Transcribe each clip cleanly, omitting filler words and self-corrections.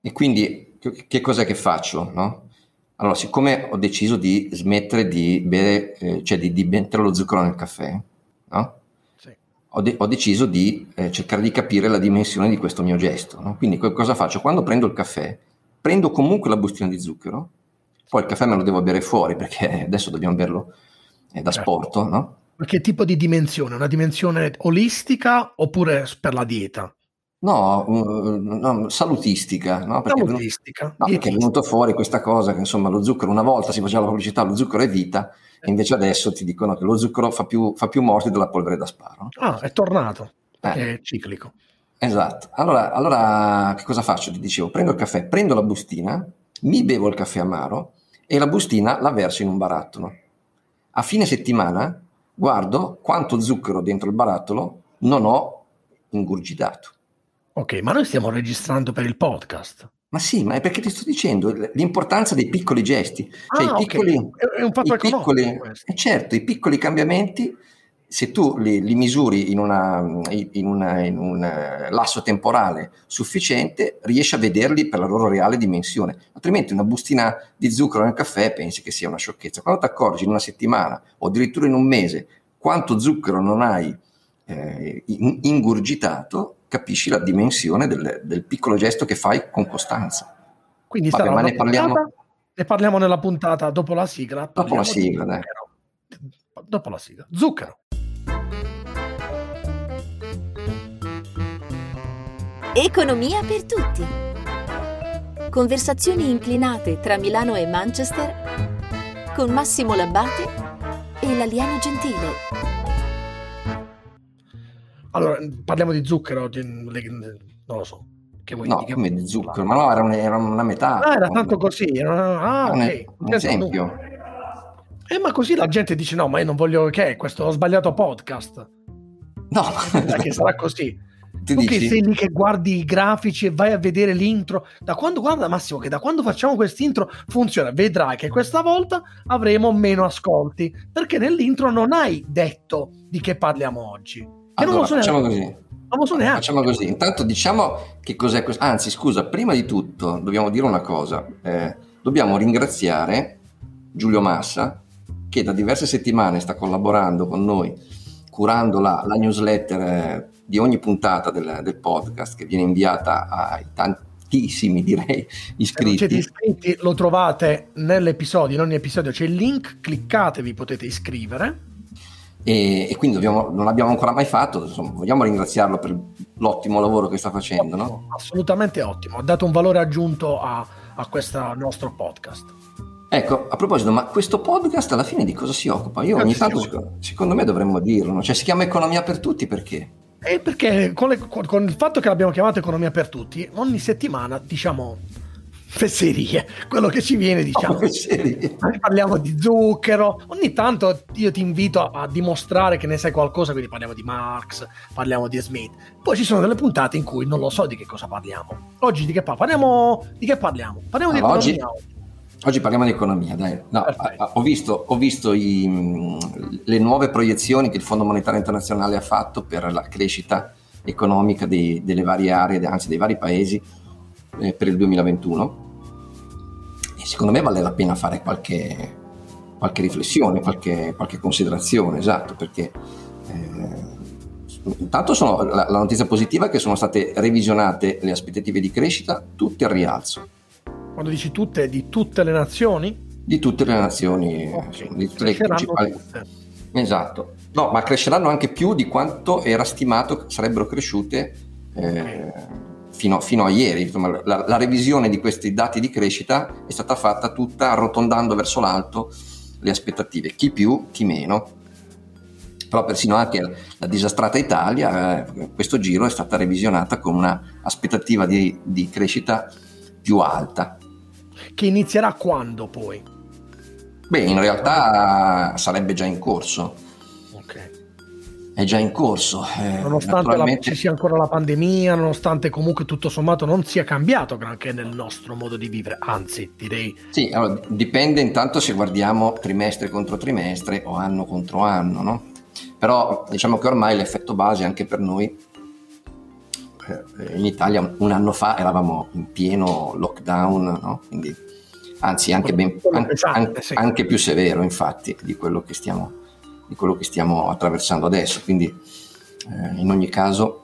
E quindi che cos'è che faccio, no? Allora, siccome ho deciso di smettere di bere, cioè di mettere lo zucchero nel caffè, no? Sì. Ho deciso di cercare di capire la dimensione di questo mio gesto, no? Quindi cosa faccio? Quando prendo il caffè, prendo comunque la bustina di zucchero, poi il caffè me lo devo bere fuori perché adesso dobbiamo berlo da Certo. sport, no? Ma che tipo di dimensione? Una dimensione olistica oppure per la dieta? No, no, salutistica, no? Salutistica, Perché è dietistica. venuto fuori questa cosa che insomma lo zucchero, una volta si faceva la pubblicità, lo zucchero è vita, e invece adesso ti dicono che lo zucchero fa più morti della polvere da sparo. Ah, è tornato, perché Eh, è ciclico. esatto. Allora, che cosa faccio? Ti dicevo, prendo il caffè, prendo la bustina, mi bevo il caffè amaro e la bustina la verso in un barattolo. A fine settimana guardo quanto zucchero dentro il barattolo non ho ingurgitato. Ok, ma noi stiamo registrando per il podcast. Ma sì, ma è perché ti sto dicendo l'importanza dei piccoli gesti, cioè Ah, ok, è un fatto economico questo. certo, i piccoli cambiamenti, se tu li misuri in un lasso temporale sufficiente, riesci a vederli per la loro reale dimensione. Altrimenti una bustina di zucchero nel caffè pensi che sia una sciocchezza. Quando ti accorgi in una settimana o addirittura in un mese quanto zucchero non hai ingurgitato, capisci la dimensione del piccolo gesto che fai con costanza. Quindi Vabbè, sarà ma una ne parliamo puntata, ne parliamo nella puntata dopo la sigla, dopo la parliamo di sigla, dai. zucchero. Dopo la sigla. Zucchero. Economia per tutti. Conversazioni inclinate tra Milano e Manchester con Massimo Labbate e Laliano Gentile. Allora, parliamo di zucchero, non lo so. Che vuoi, No, come di zucchero, ma no, era una metafora. Ah, era tanto così. Ok. Un esempio. Ma così la gente dice no, ma io non voglio che questo ho sbagliato podcast. No, che sarà così. Tu Tu dici? che sei lì che guardi i grafici e vai a vedere l'intro, guarda Massimo che da quando facciamo quest'intro funziona, vedrai che questa volta avremo meno ascolti, perché nell'intro non hai detto di che parliamo oggi. Che allora, facciamo così. Non lo so neanche. Facciamo così. Intanto diciamo che cos'è questo. Anzi, scusa, prima di tutto dobbiamo dire una cosa. Dobbiamo ringraziare Giulio Massa, che da diverse settimane sta collaborando con noi, curando la newsletter di ogni puntata del podcast che viene inviata ai tantissimi, direi, iscritti. Se non siete iscritti, lo trovate nell'episodio, in ogni episodio c'è il link, cliccatevi, potete iscrivere. E quindi non l'abbiamo ancora mai fatto, insomma, vogliamo ringraziarlo per l'ottimo lavoro che sta facendo, ottimo, no? Assolutamente ottimo, ha dato un valore aggiunto a questo nostro podcast. Ecco, a proposito, ma questo podcast alla fine di cosa si occupa? Io ogni tanto, secondo me dovremmo dirlo, no? Cioè si chiama Economia per Tutti perché? Perché con il fatto che l'abbiamo chiamato Economia per Tutti, ogni settimana diciamo fesserie, quello che ci viene diciamo. Parliamo di zucchero, ogni tanto io ti invito a dimostrare che ne sai qualcosa, quindi parliamo di Marx, parliamo di Smith. Poi ci sono delle puntate in cui non lo so di che cosa parliamo. Oggi di che parliamo? Parliamo di economia. Oggi parliamo di economia, dai. No, ho visto le nuove proiezioni che il Fondo Monetario Internazionale ha fatto per la crescita economica delle varie aree, anzi dei vari paesi per il 2021. E secondo me vale la pena fare qualche riflessione, qualche considerazione, esatto, perché intanto la notizia positiva è che sono state revisionate le aspettative di crescita tutte al rialzo. Quando dici tutte, di tutte le nazioni? Di tutte le nazioni, okay. di tutte le principali. Esatto. No, ma cresceranno anche più di quanto era stimato che sarebbero cresciute fino a ieri. Insomma, la revisione di questi dati di crescita è stata fatta tutta arrotondando verso l'alto le aspettative, chi più, chi meno. Però persino anche la disastrata Italia, questo giro è stata revisionata con una aspettativa di crescita più alta. Che inizierà quando poi? Beh, in realtà sarebbe già in corso. Ok. È già in corso. Nonostante ci sia ancora la pandemia, nonostante comunque tutto sommato non sia cambiato granché nel nostro modo di vivere, anzi direi. Sì, allora, dipende intanto se guardiamo trimestre contro trimestre o anno contro anno, no? Però diciamo che ormai l'effetto base anche per noi in Italia un anno fa eravamo in pieno lockdown, no? Quindi, anzi anche, anche più severo infatti di quello che stiamo attraversando adesso. Quindi in ogni caso,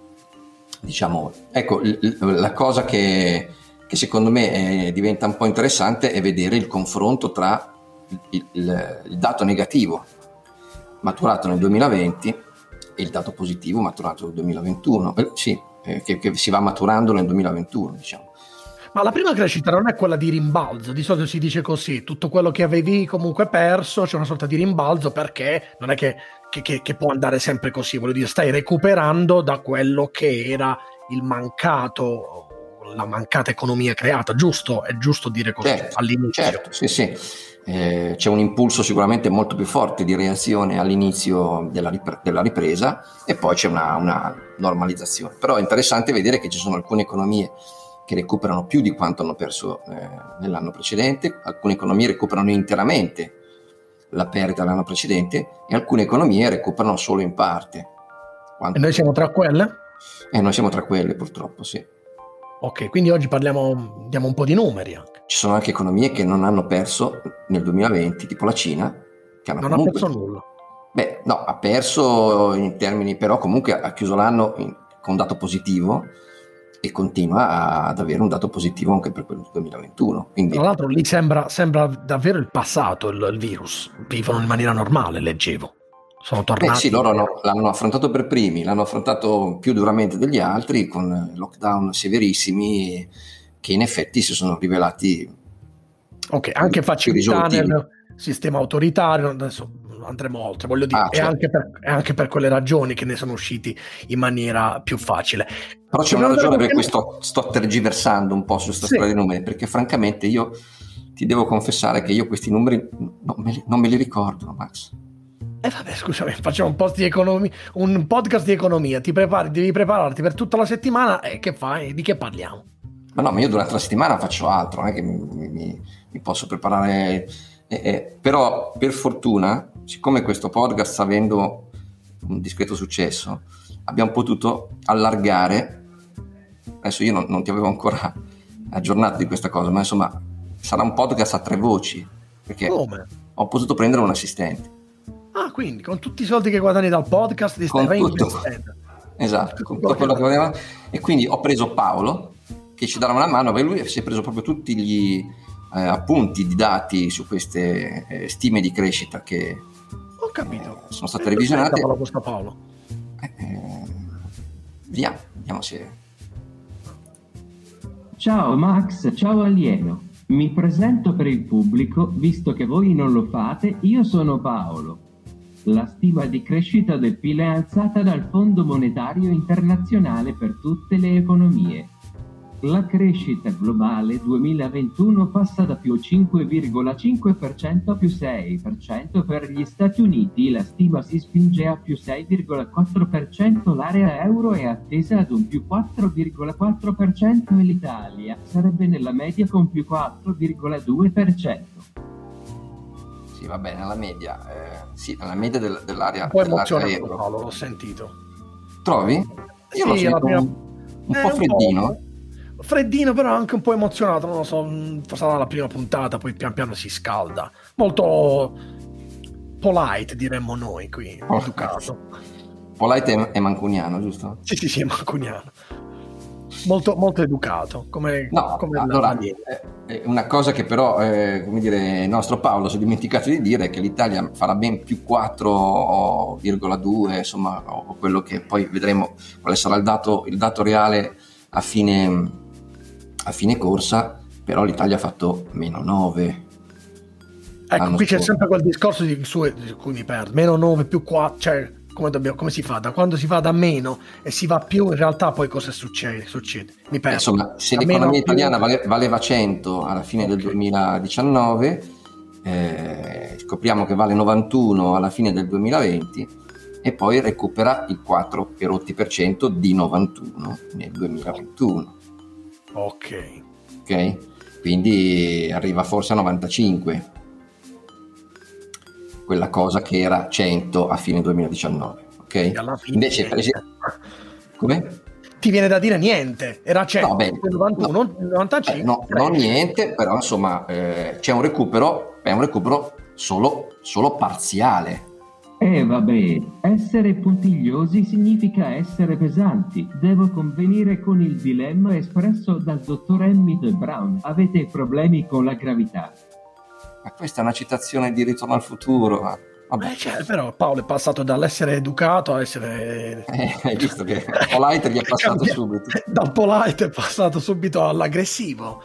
diciamo, ecco, la cosa che secondo me diventa un po' interessante è vedere il confronto tra il dato negativo maturato nel 2020 e il dato positivo maturato nel 2021, che si va maturando nel 2021, diciamo. Ma la prima crescita non è quella di rimbalzo, di solito si dice così, tutto quello che avevi comunque perso, c'è una sorta di rimbalzo, perché non è che può andare sempre così, voglio dire, stai recuperando da quello che era il mancato, la mancata economia creata, giusto? È giusto dire così, certo, all'inizio? Certo, sì. C'è un impulso sicuramente molto più forte di reazione all'inizio della ripresa e poi c'è una normalizzazione. Però è interessante vedere che ci sono alcune economie che recuperano più di quanto hanno perso nell'anno precedente, alcune economie recuperano interamente la perdita dell'anno precedente e alcune economie recuperano solo in parte. E noi siamo tra quelle? Noi siamo tra quelle, purtroppo, sì. Ok, quindi oggi diamo un po' di numeri anche. Ci sono anche economie che non hanno perso nel 2020, tipo la Cina, che non ha perso nulla. Beh, no, ha perso in termini, però comunque ha chiuso l'anno con un dato positivo e continua ad avere un dato positivo anche per quel 2021. Quindi, tra l'altro lì sembra davvero il passato, il virus. Vivono in maniera normale, leggevo. Sono tornati. Sì, loro l'hanno affrontato per primi, l'hanno affrontato più duramente degli altri, con lockdown severissimi che in effetti si sono rivelati anche facilità nel sistema autoritario. Adesso andremo oltre, voglio dire, certo. È anche per quelle ragioni che ne sono usciti in maniera più facile. Però c'è una ragione per cui sto tergiversando un po' su questa storia dei numeri, perché francamente io ti devo confessare che io questi numeri non me li ricordo, Max. Vabbè, scusami, facciamo un podcast di economia, devi prepararti per tutta la settimana e che fai? Di che parliamo? Ma io durante la settimana faccio altro, non è che mi posso preparare, però per fortuna, siccome questo podcast sta avendo un discreto successo, abbiamo potuto allargare. Adesso io non ti avevo ancora aggiornato di questa cosa, ma insomma sarà un podcast a 3 voci, perché ho potuto prendere un assistente. Quindi con tutti i soldi che guadagni dal podcast ti stai reinvestendo. Esatto, con tutto quello che guadagniamo. E quindi ho preso Paolo che ci darà una mano, perché lui si è preso proprio tutti gli appunti di dati su queste stime di crescita che ho capito. Sono state revisionate. Paolo. Vediamo se. Ciao Max, ciao alieno. Mi presento per il pubblico, visto che voi non lo fate, io sono Paolo. La stima di crescita del PIL è alzata dal Fondo Monetario Internazionale per tutte le economie. La crescita globale 2021 passa da più 5,5% a più 6% per gli Stati Uniti, la stima si spinge a più 6,4%, l'area euro è attesa ad un più 4,4% e l'Italia sarebbe nella media con più 4,2%. Sì, va bene, alla media, nella media dell'area, un po' emozionato, euro. Paolo, l'ho sentito. Trovi? Io l'ho sentito un po' freddino. Freddino, però anche un po' emozionato, non lo so, sarà la prima puntata, poi pian piano si scalda. Molto polite, diremmo noi qui, educato. Polite è mancuniano, giusto? Sì, è mancuniano. Molto, molto educato, come allora, è una cosa che però, come dire, il nostro Paolo si è dimenticato di dire è che l'Italia farà ben più 4,2, insomma, o quello che poi vedremo quale sarà il dato reale a fine corsa, però l'Italia ha fatto meno 9. Ecco, qui c'è sempre quel discorso di cui mi perdo, meno 9 più 4, cioè come si fa? Da quando si fa da meno e si va più, in realtà poi cosa succede? Mi perdo. Insomma, se l'economia italiana valeva 100 alla fine del 2019, scopriamo che vale 91 alla fine del 2020 e poi recupera il 4% di 91 nel 2021. Ok, quindi arriva forse a 95, quella cosa che era 100 a fine 2019, ok? Alla fine invece come? ti viene da dire niente, era 100, no, 91, 95. No, non niente, però insomma c'è un recupero, è un recupero solo parziale. Vabbè, essere puntigliosi significa essere pesanti. Devo convenire con il dilemma espresso dal dottor Emmett Brown. Avete problemi con la gravità. Ma questa è una citazione di Ritorno al futuro. Vabbè. Però Paolo è passato dall'essere educato a essere... Hai visto che polite gli è passato subito. Dal polite è passato subito all'aggressivo.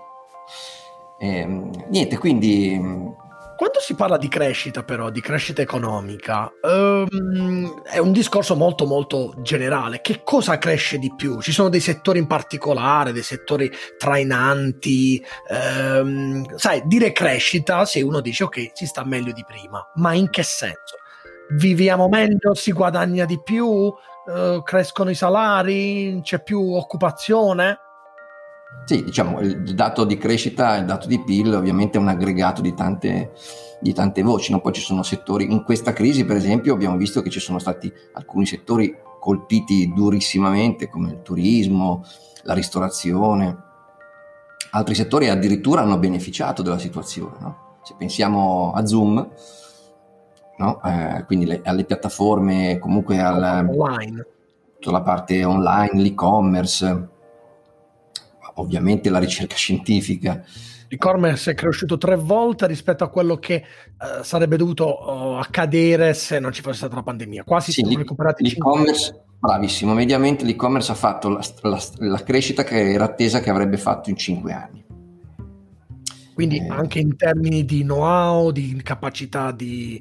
Niente, quindi... Quando si parla di crescita, però, di crescita economica, è un discorso molto molto generale. Che cosa cresce di più? Ci sono dei settori in particolare, dei settori trainanti? Sai, dire crescita, se uno dice ok, si sta meglio di prima, ma in che senso? Viviamo meglio, si guadagna di più, crescono i salari, c'è più occupazione? Sì, diciamo, il dato di crescita, il dato di PIL ovviamente è un aggregato di tante voci, no? Poi ci sono settori, in questa crisi per esempio abbiamo visto che ci sono stati alcuni settori colpiti durissimamente come il turismo, la ristorazione, altri settori addirittura hanno beneficiato della situazione, no? Se pensiamo a Zoom, no? Quindi alle piattaforme, comunque online, tutta la parte online, l'e-commerce, ovviamente la ricerca scientifica. L'e-commerce è cresciuto 3 volte rispetto a quello che sarebbe dovuto accadere se non ci fosse stata la pandemia. Quasi sì, sono recuperati l'e-commerce, bravissimo, mediamente l'e-commerce ha fatto la crescita che era attesa che avrebbe fatto in 5 anni. Quindi anche in termini di know-how, di capacità di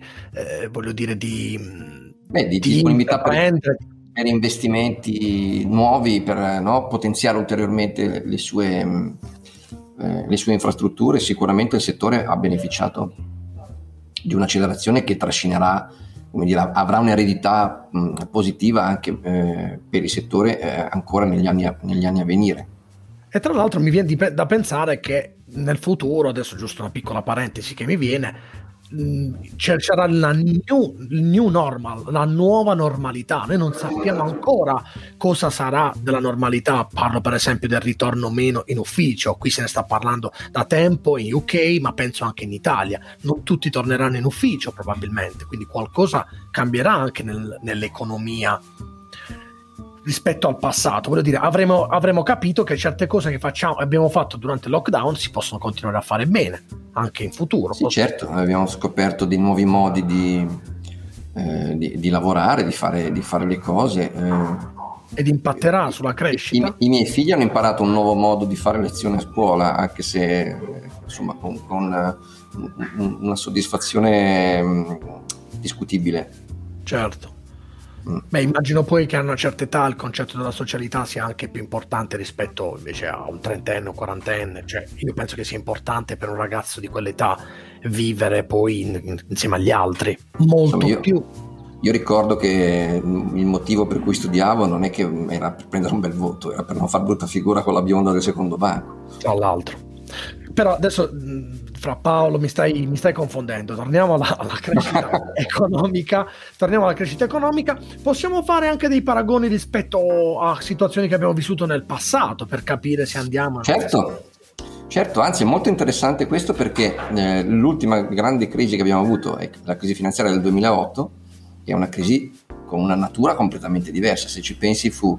disponibilità per investimenti nuovi, per potenziare ulteriormente le sue infrastrutture, sicuramente il settore ha beneficiato di un'accelerazione che trascinerà, come dire, avrà un'eredità positiva anche per il settore ancora negli anni a venire. E tra l'altro mi viene da pensare che nel futuro, adesso giusto una piccola parentesi che mi viene, c'era il new normal, la nuova normalità. Noi non sappiamo ancora cosa sarà della normalità, parlo per esempio del ritorno meno in ufficio. Qui se ne sta parlando da tempo in UK, ma penso anche in Italia. Non tutti torneranno in ufficio probabilmente, quindi qualcosa cambierà anche nell'economia rispetto al passato. Voglio dire, avremo capito che certe cose che abbiamo fatto durante il lockdown si possono continuare a fare bene anche in futuro. Sì, certo, abbiamo scoperto dei nuovi modi di lavorare, di fare le cose. Ed impatterà sulla crescita. I miei figli hanno imparato un nuovo modo di fare lezione a scuola, anche se insomma con una soddisfazione discutibile. Certo. Beh, immagino poi che a una certa età il concetto della socialità sia anche più importante rispetto invece a un trentenne o quarantenne. Cioè, io penso che sia importante per un ragazzo di quell'età vivere poi insieme agli altri molto più. Io ricordo che il motivo per cui studiavo non è che era per prendere un bel voto, era per non far brutta figura con la bionda del secondo banco. Tra l'altro. Però adesso fra Paolo mi stai confondendo. Torniamo alla crescita economica. Possiamo fare anche dei paragoni rispetto a situazioni che abbiamo vissuto nel passato per capire se andiamo a... Certo, anzi è molto interessante questo perché l'ultima grande crisi che abbiamo avuto è la crisi finanziaria del 2008, che è una crisi con una natura completamente diversa. Se ci pensi fu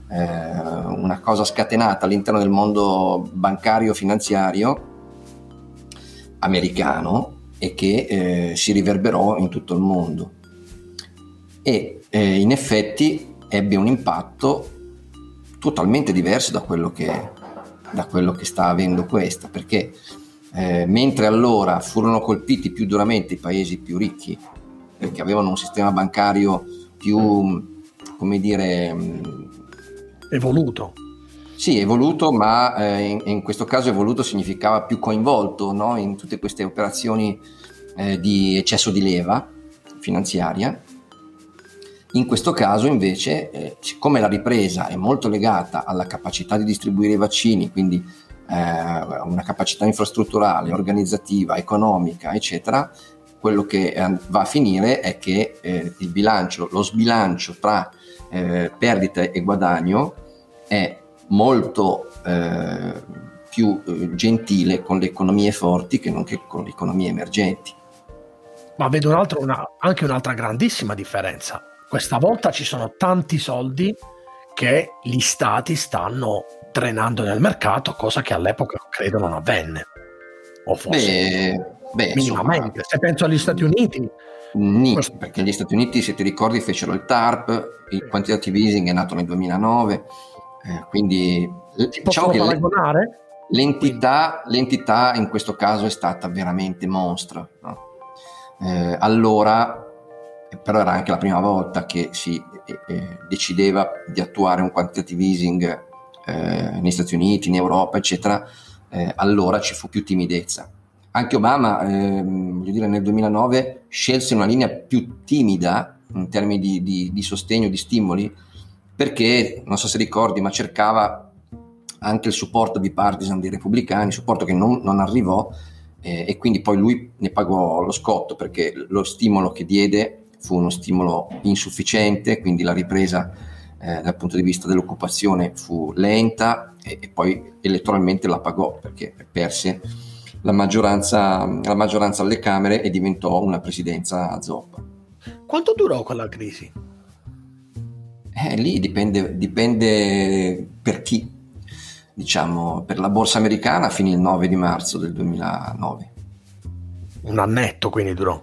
una cosa scatenata all'interno del mondo bancario finanziario americano e che si riverberò in tutto il mondo e in effetti ebbe un impatto totalmente diverso da quello che sta avendo questa, perché mentre allora furono colpiti più duramente i paesi più ricchi perché avevano un sistema bancario più, come dire, evoluto. Sì, evoluto, ma in questo caso evoluto significava più coinvolto, no? In tutte queste operazioni di eccesso di leva finanziaria. In questo caso invece, siccome la ripresa è molto legata alla capacità di distribuire i vaccini, quindi una capacità infrastrutturale, organizzativa, economica, eccetera, quello che va a finire è che lo sbilancio tra perdita e guadagno è molto più gentile con le economie forti che non che con le economie emergenti. Ma vedo anche un'altra grandissima differenza. Questa volta ci sono tanti soldi che gli stati stanno drenando nel mercato, cosa che all'epoca credo non avvenne. O forse minimamente. Insomma, se penso agli Stati Uniti. Perché gli Stati Uniti, se ti ricordi, fecero il TARP, il quantitative easing è nato nel 2009, quindi diciamo che l'entità in questo caso è stata veramente monstra, no? Allora, però era anche la prima volta che si decideva di attuare un quantitative easing negli Stati Uniti, in Europa, eccetera. Allora ci fu più timidezza. Anche Obama, voglio dire, nel 2009 scelse una linea più timida in termini di sostegno, di stimoli, perché, non so se ricordi, ma cercava anche il supporto bipartisan dei repubblicani, supporto che non arrivò, e quindi poi lui ne pagò lo scotto, perché lo stimolo che diede fu uno stimolo insufficiente, quindi la ripresa dal punto di vista dell'occupazione fu lenta, e poi elettoralmente la pagò, perché perse la maggioranza alle Camere e diventò una presidenza a zoppa. Quanto durò quella crisi? Lì dipende per chi. Diciamo, per la borsa americana finì il 9 di marzo del 2009. Un annetto quindi durò?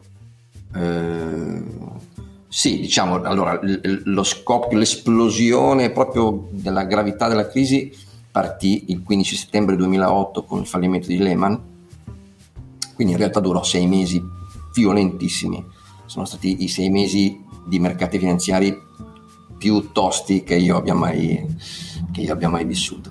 Sì, diciamo, allora lo scoppio, l'esplosione proprio della gravità della crisi partì il 15 settembre 2008 con il fallimento di Lehman, quindi in realtà durò 6 mesi violentissimi, sono stati i 6 mesi di mercati finanziari più tosti che io abbia mai vissuto.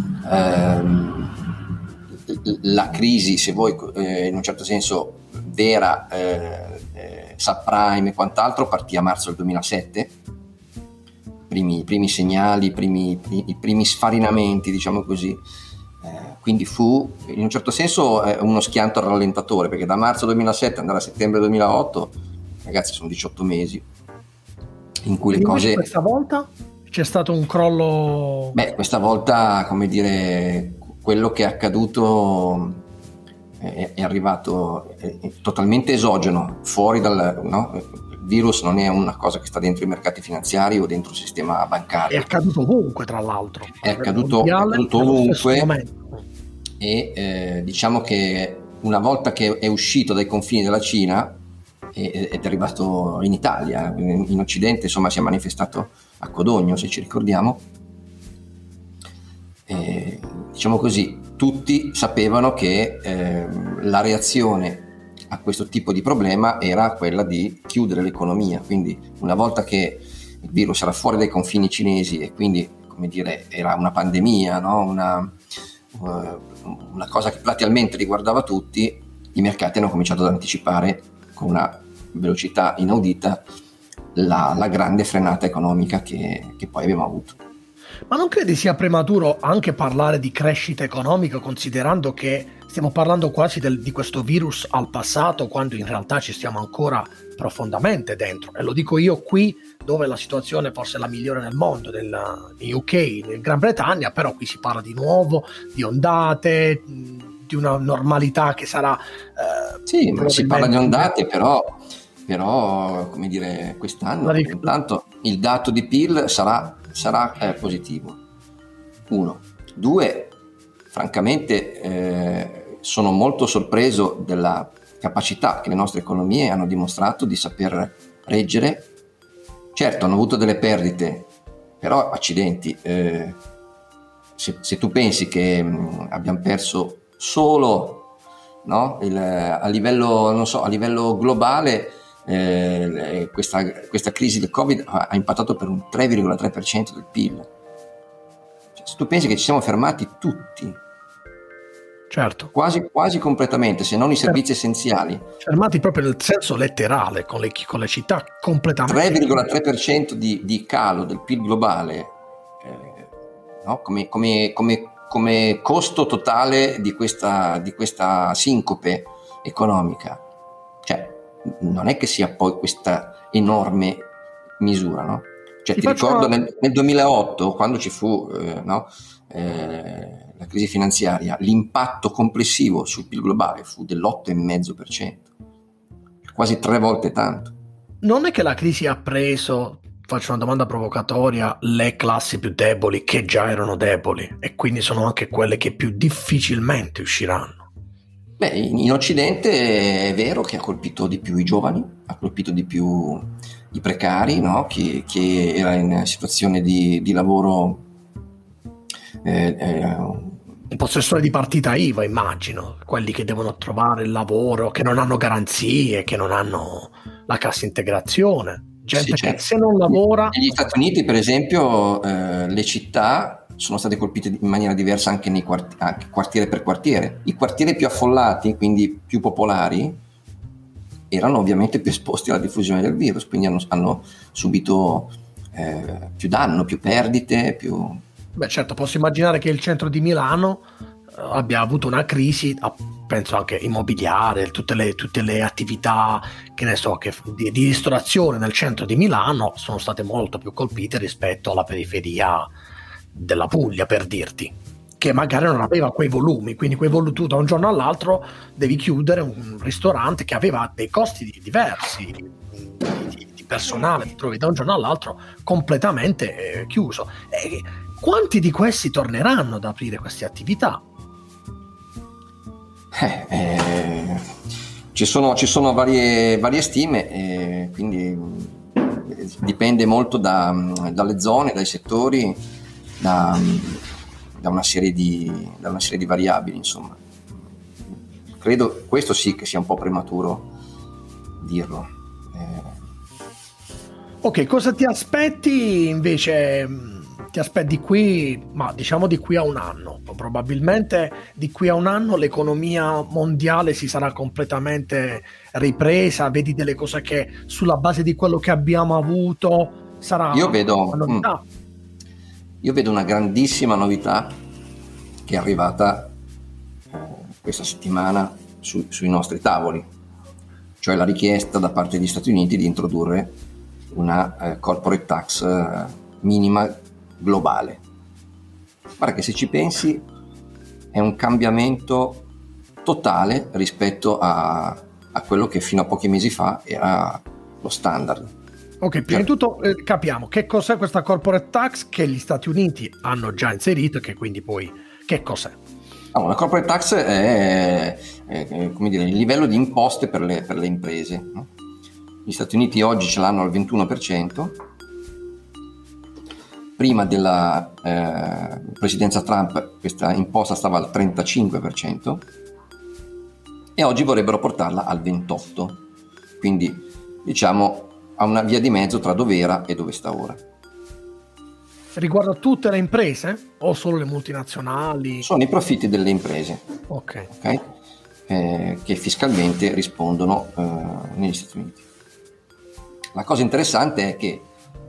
La crisi, se vuoi, in un certo senso vera, subprime e quant'altro, partì a marzo del 2007, i primi segnali, i primi sfarinamenti, diciamo così, quindi fu in un certo senso uno schianto al rallentatore, perché da marzo 2007 andare a settembre 2008, ragazzi, sono 18 mesi in cui le cose... Questa volta c'è stato un crollo? Questa volta, come dire, quello che è accaduto è arrivato è totalmente esogeno, fuori dal... No? Il virus non è una cosa che sta dentro i mercati finanziari o dentro il sistema bancario. È accaduto ovunque, tra l'altro. È accaduto ovunque, e diciamo che una volta che è uscito dai confini della Cina ed è arrivato in Italia, in Occidente, insomma, si è manifestato a Codogno, se ci ricordiamo. Diciamo così, tutti sapevano che la reazione a questo tipo di problema era quella di chiudere l'economia, quindi una volta che il virus era fuori dai confini cinesi e quindi, come dire, era una pandemia, no? una cosa che platealmente riguardava tutti, i mercati hanno cominciato ad anticipare con una velocità inaudita la grande frenata economica che poi abbiamo avuto. Ma non credi sia prematuro anche parlare di crescita economica, considerando che stiamo parlando quasi di questo virus al passato, quando in realtà ci stiamo ancora profondamente dentro? E lo dico io qui, dove la situazione forse è la migliore nel mondo, in UK, in Gran Bretagna, però qui si parla di nuovo, di ondate, di una normalità che sarà... sì, si parla di ondate, però come dire, quest'anno intanto il dato di PIL sarà positivo. 1. 2, francamente sono molto sorpreso della capacità che le nostre economie hanno dimostrato di saper reggere. Certo, hanno avuto delle perdite, però accidenti, se tu pensi che abbiamo perso solo, no, a livello globale, questa crisi del Covid ha impattato per un 3,3% del PIL. Cioè, se tu pensi che ci siamo fermati tutti, certo, quasi completamente, se non i servizi essenziali, fermati proprio nel senso letterale, con le città completamente, 3,3% di calo del PIL globale, no? come costo totale di questa sincope economica, cioè non è che sia poi questa enorme misura, no? Cioè, ti ricordo nel 2008, quando ci fu la crisi finanziaria, l'impatto complessivo sul PIL globale fu dell'8,5%, quasi 3 volte tanto. Non è che la crisi ha preso, faccio una domanda provocatoria, le classi più deboli, che già erano deboli, e quindi sono anche quelle che più difficilmente usciranno? Beh, in Occidente è vero che ha colpito di più i giovani, ha colpito di più i precari, no? Chi era in situazione di lavoro il possessore di partita IVA, immagino, quelli che devono trovare il lavoro, che non hanno garanzie, che non hanno la cassa integrazione, gente certo. che se non lavora... Negli Stati Uniti, per esempio, le città sono state colpite in maniera diversa anche nei quartiere per quartiere. I quartieri più affollati, quindi più popolari, erano ovviamente più esposti alla diffusione del virus, quindi hanno subito più danno, più perdite, più... Beh, certo, posso immaginare che il centro di Milano abbia avuto una crisi, penso anche immobiliare, tutte le attività, che ne so, di ristorazione nel centro di Milano sono state molto più colpite rispetto alla periferia della Puglia, per dirti, che magari non aveva quei volumi, quindi tu da un giorno all'altro devi chiudere un ristorante che aveva dei costi diversi di personale, ti trovi da un giorno all'altro completamente chiuso. E quanti di questi torneranno ad aprire queste attività? Ci sono varie stime, quindi dipende molto dalle zone, dai settori, da una serie di variabili, insomma. Credo questo sì che sia un po' prematuro dirlo. Ok, cosa ti aspetti invece? Ti aspetti di qui, ma diciamo di qui a un anno? Probabilmente di qui a un anno l'economia mondiale si sarà completamente ripresa, vedi delle cose che sulla base di quello che abbiamo avuto sarà una novità. Io vedo una grandissima novità che è arrivata questa settimana sui nostri tavoli, cioè la richiesta da parte degli Stati Uniti di introdurre una corporate tax minima globale. Guarda che se ci pensi è un cambiamento totale rispetto a quello che fino a pochi mesi fa era lo standard. Ok, prima di tutto capiamo che cos'è questa corporate tax che gli Stati Uniti hanno già inserito e che quindi poi che cos'è? La corporate tax è come dire, il livello di imposte per le imprese. Gli Stati Uniti oggi ce l'hanno al 21%, prima della presidenza Trump questa imposta stava al 35% e oggi vorrebbero portarla al 28%, quindi diciamo a una via di mezzo tra dove era e dove sta ora. Riguarda tutte le imprese o solo le multinazionali? Sono i profitti delle imprese, okay? Che fiscalmente rispondono negli Stati Uniti. La cosa interessante è che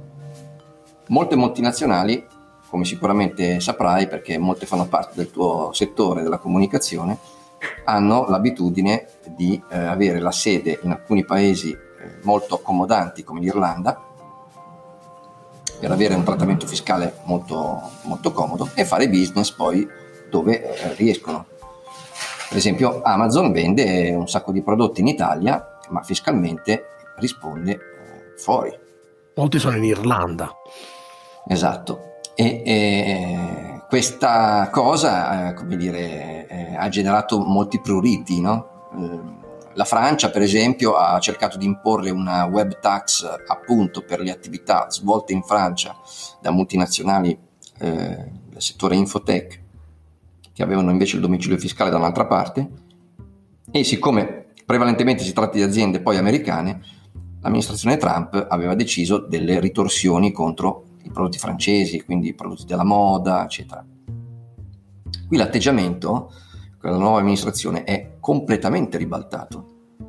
molte multinazionali, come sicuramente saprai perché molte fanno parte del tuo settore della comunicazione, hanno l'abitudine di avere la sede in alcuni paesi molto accomodanti come l'Irlanda per avere un trattamento fiscale molto, molto comodo e fare business poi dove riescono. Per esempio Amazon vende un sacco di prodotti in Italia ma fiscalmente risponde fuori. Molti sono in Irlanda. Esatto. E questa cosa come dire ha generato molti pruriti, no? La Francia, per esempio, ha cercato di imporre una web tax appunto per le attività svolte in Francia da multinazionali del settore infotech che avevano invece il domicilio fiscale da un'altra parte, e siccome prevalentemente si tratta di aziende poi americane, l'amministrazione Trump aveva deciso delle ritorsioni contro i prodotti francesi, quindi i prodotti della moda, eccetera. Qui l'atteggiamento con la nuova amministrazione è completamente ribaltato.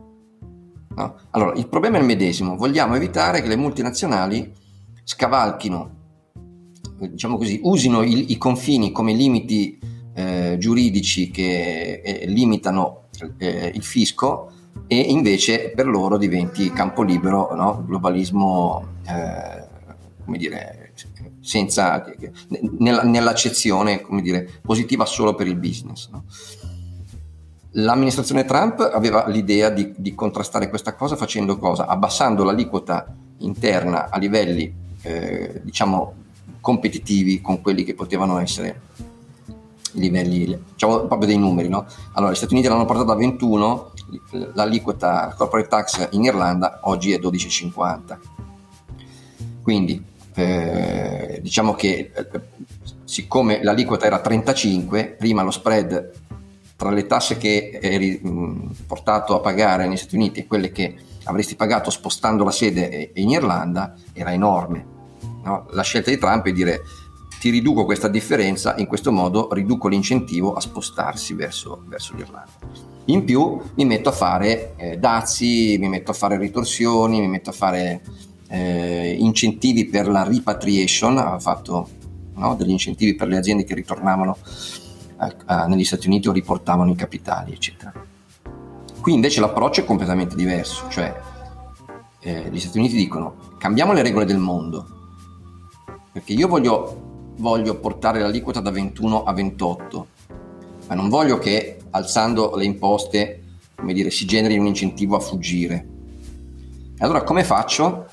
No? Allora, il problema è il medesimo: vogliamo evitare che le multinazionali scavalchino, diciamo così, usino i confini come limiti giuridici che limitano il fisco, e invece per loro diventi campo libero, no? Il globalismo come dire, senza nell'accezione, come dire, positiva solo per il business, no? L'amministrazione Trump aveva l'idea di contrastare questa cosa facendo cosa? Abbassando l'aliquota interna a livelli diciamo competitivi con quelli che potevano essere i livelli, diciamo proprio dei numeri, no? Allora, gli Stati Uniti l'hanno portata a 21, l'aliquota corporate tax in Irlanda oggi è 12,50. Quindi diciamo che siccome l'aliquota era 35, prima lo spread tra le tasse che eri portato a pagare negli Stati Uniti e quelle che avresti pagato spostando la sede in Irlanda era enorme, no? La scelta di Trump è dire: ti riduco questa differenza, in questo modo riduco l'incentivo a spostarsi verso l'Irlanda. In più mi metto a fare dazi, mi metto a fare ritorsioni, mi metto a fare incentivi per la repatriation, ha fatto, no, degli incentivi per le aziende che ritornavano negli Stati Uniti o riportavano i capitali, eccetera. Qui invece l'approccio è completamente diverso, cioè gli Stati Uniti dicono: cambiamo le regole del mondo, perché io voglio portare l'aliquota da 21 a 28, ma non voglio che alzando le imposte, come dire, si generi un incentivo a fuggire. E allora come faccio?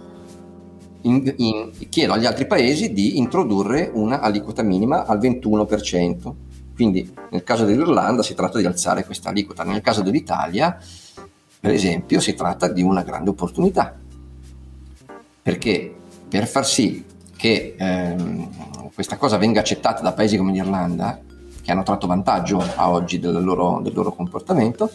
Chiedo agli altri paesi di introdurre una aliquota minima al 21%. Quindi nel caso dell'Irlanda si tratta di alzare questa aliquota. Nel caso dell'Italia, per esempio, si tratta di una grande opportunità, perché per far sì che questa cosa venga accettata da paesi come l'Irlanda, che hanno tratto vantaggio a oggi del loro comportamento,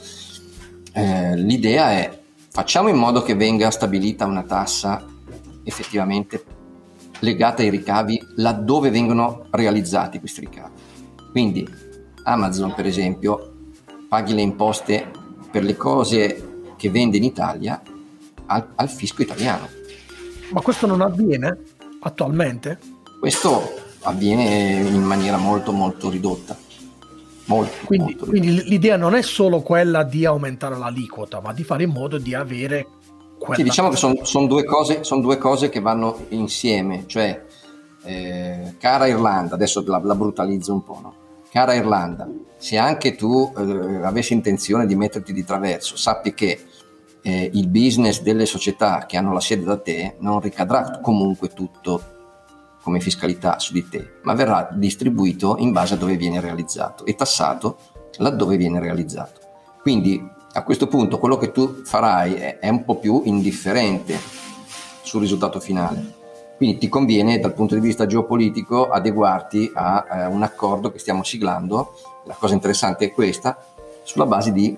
l'idea è: facciamo in modo che venga stabilita una tassa effettivamente legata ai ricavi laddove vengono realizzati questi ricavi. Quindi Amazon, per esempio, paghi le imposte per le cose che vende in Italia al fisco italiano. Ma questo non avviene attualmente? Questo avviene in maniera molto molto ridotta. Quindi l'idea non è solo quella di aumentare l'aliquota, ma di fare in modo di avere quella. Sì, diciamo che sono due cose che vanno insieme, cioè cara Irlanda, adesso la brutalizzo un po', no? Cara Irlanda, se anche tu avessi intenzione di metterti di traverso, sappi che il business delle società che hanno la sede da te non ricadrà comunque tutto come fiscalità su di te, ma verrà distribuito in base a dove viene realizzato e tassato laddove viene realizzato. Quindi a questo punto quello che tu farai è un po' più indifferente sul risultato finale. Quindi ti conviene dal punto di vista geopolitico adeguarti a un accordo che stiamo siglando. La cosa interessante è questa, sulla base di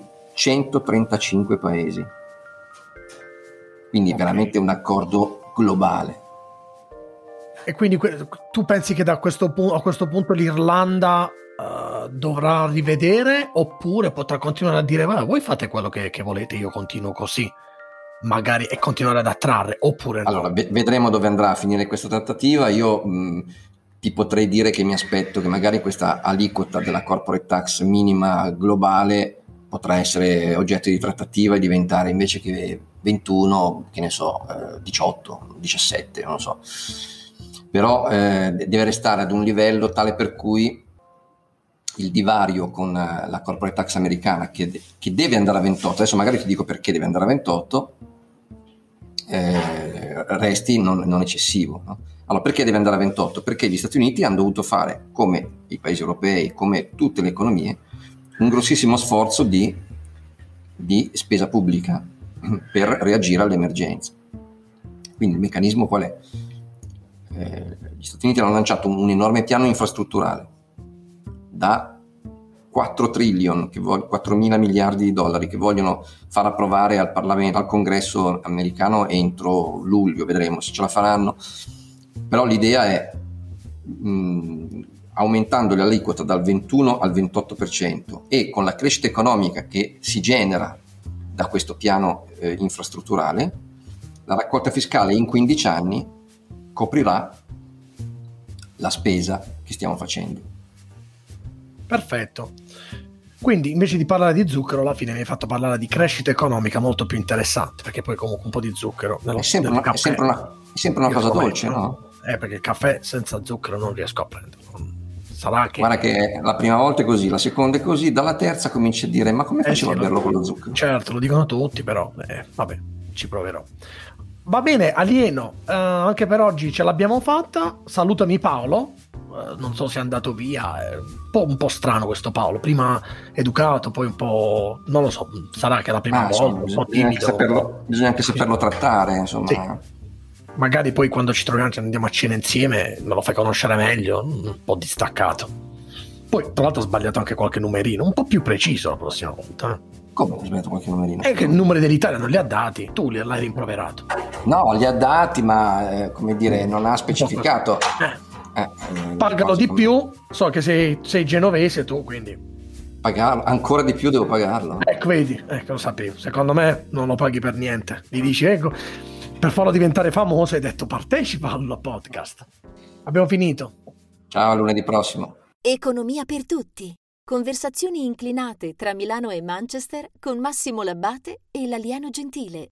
135 paesi. Quindi veramente un accordo globale. E quindi tu pensi che a questo punto l'Irlanda dovrà rivedere, oppure potrà continuare a dire: voi fate quello che volete, io continuo così, magari, e continuare ad attrarre, oppure no? Allora vedremo dove andrà a finire questa trattativa. Io ti potrei dire che mi aspetto che magari questa aliquota della corporate tax minima globale potrà essere oggetto di trattativa e diventare, invece che 21, che ne so, 18, 17, non lo so. Però deve restare ad un livello tale per cui il divario con la corporate tax americana, che deve andare a 28, adesso magari ti dico perché deve andare a 28, resti non eccessivo, no? Allora, perché deve andare a 28? Perché gli Stati Uniti hanno dovuto fare, come i paesi europei, come tutte le economie, un grossissimo sforzo di spesa pubblica per reagire all'emergenza. Quindi il meccanismo qual è? Gli Stati Uniti hanno lanciato un enorme piano infrastrutturale da 4 trillion, 4 mila miliardi di dollari, che vogliono far approvare al Parlamento, al Congresso americano entro luglio, vedremo se ce la faranno. Però l'idea è aumentando l'aliquota dal 21 al 28% e con la crescita economica che si genera da questo piano infrastrutturale, la raccolta fiscale in 15 anni coprirà la spesa che stiamo facendo. Perfetto. Quindi invece di parlare di zucchero, alla fine mi hai fatto parlare di crescita economica molto più interessante, perché poi comunque un po' di zucchero è sempre Sempre una cosa dolce, no? Perché il caffè senza zucchero non riesco a prenderlo. Sarà che... Guarda che la prima volta è così, la seconda è così, dalla terza cominci a dire ma come facevo a berlo con lo zucchero? Certo, lo dicono tutti, però vabbè, ci proverò. Va bene, alieno, anche per oggi ce l'abbiamo fatta. Salutami Paolo, non so se è andato via, è un po' strano questo Paolo, prima educato, poi un po', non lo so, sarà che è la prima volta, un po' timido. Bisogna anche saperlo trattare, insomma. Sì. Magari poi quando ci troviamo, andiamo a cena insieme, me lo fai conoscere meglio, un po' distaccato. Poi tra l'altro ho sbagliato anche qualche numerino, un po' più preciso la prossima volta. Come ho sbagliato qualche numerino? È che i numeri dell'Italia non li ha dati, tu l'hai rimproverato. No, li ha dati, ma come dire, non ha specificato. Pagalo di più, so che sei genovese tu, quindi pagarlo, ancora di più devo pagarlo. Ecco, vedi, lo sapevo. Secondo me non lo paghi per niente. Gli dici, ecco, per farlo diventare famoso hai detto partecipa al podcast. Abbiamo finito. Ciao, a lunedì prossimo. Economia per tutti. Conversazioni inclinate tra Milano e Manchester con Massimo Labbate e l'alieno gentile.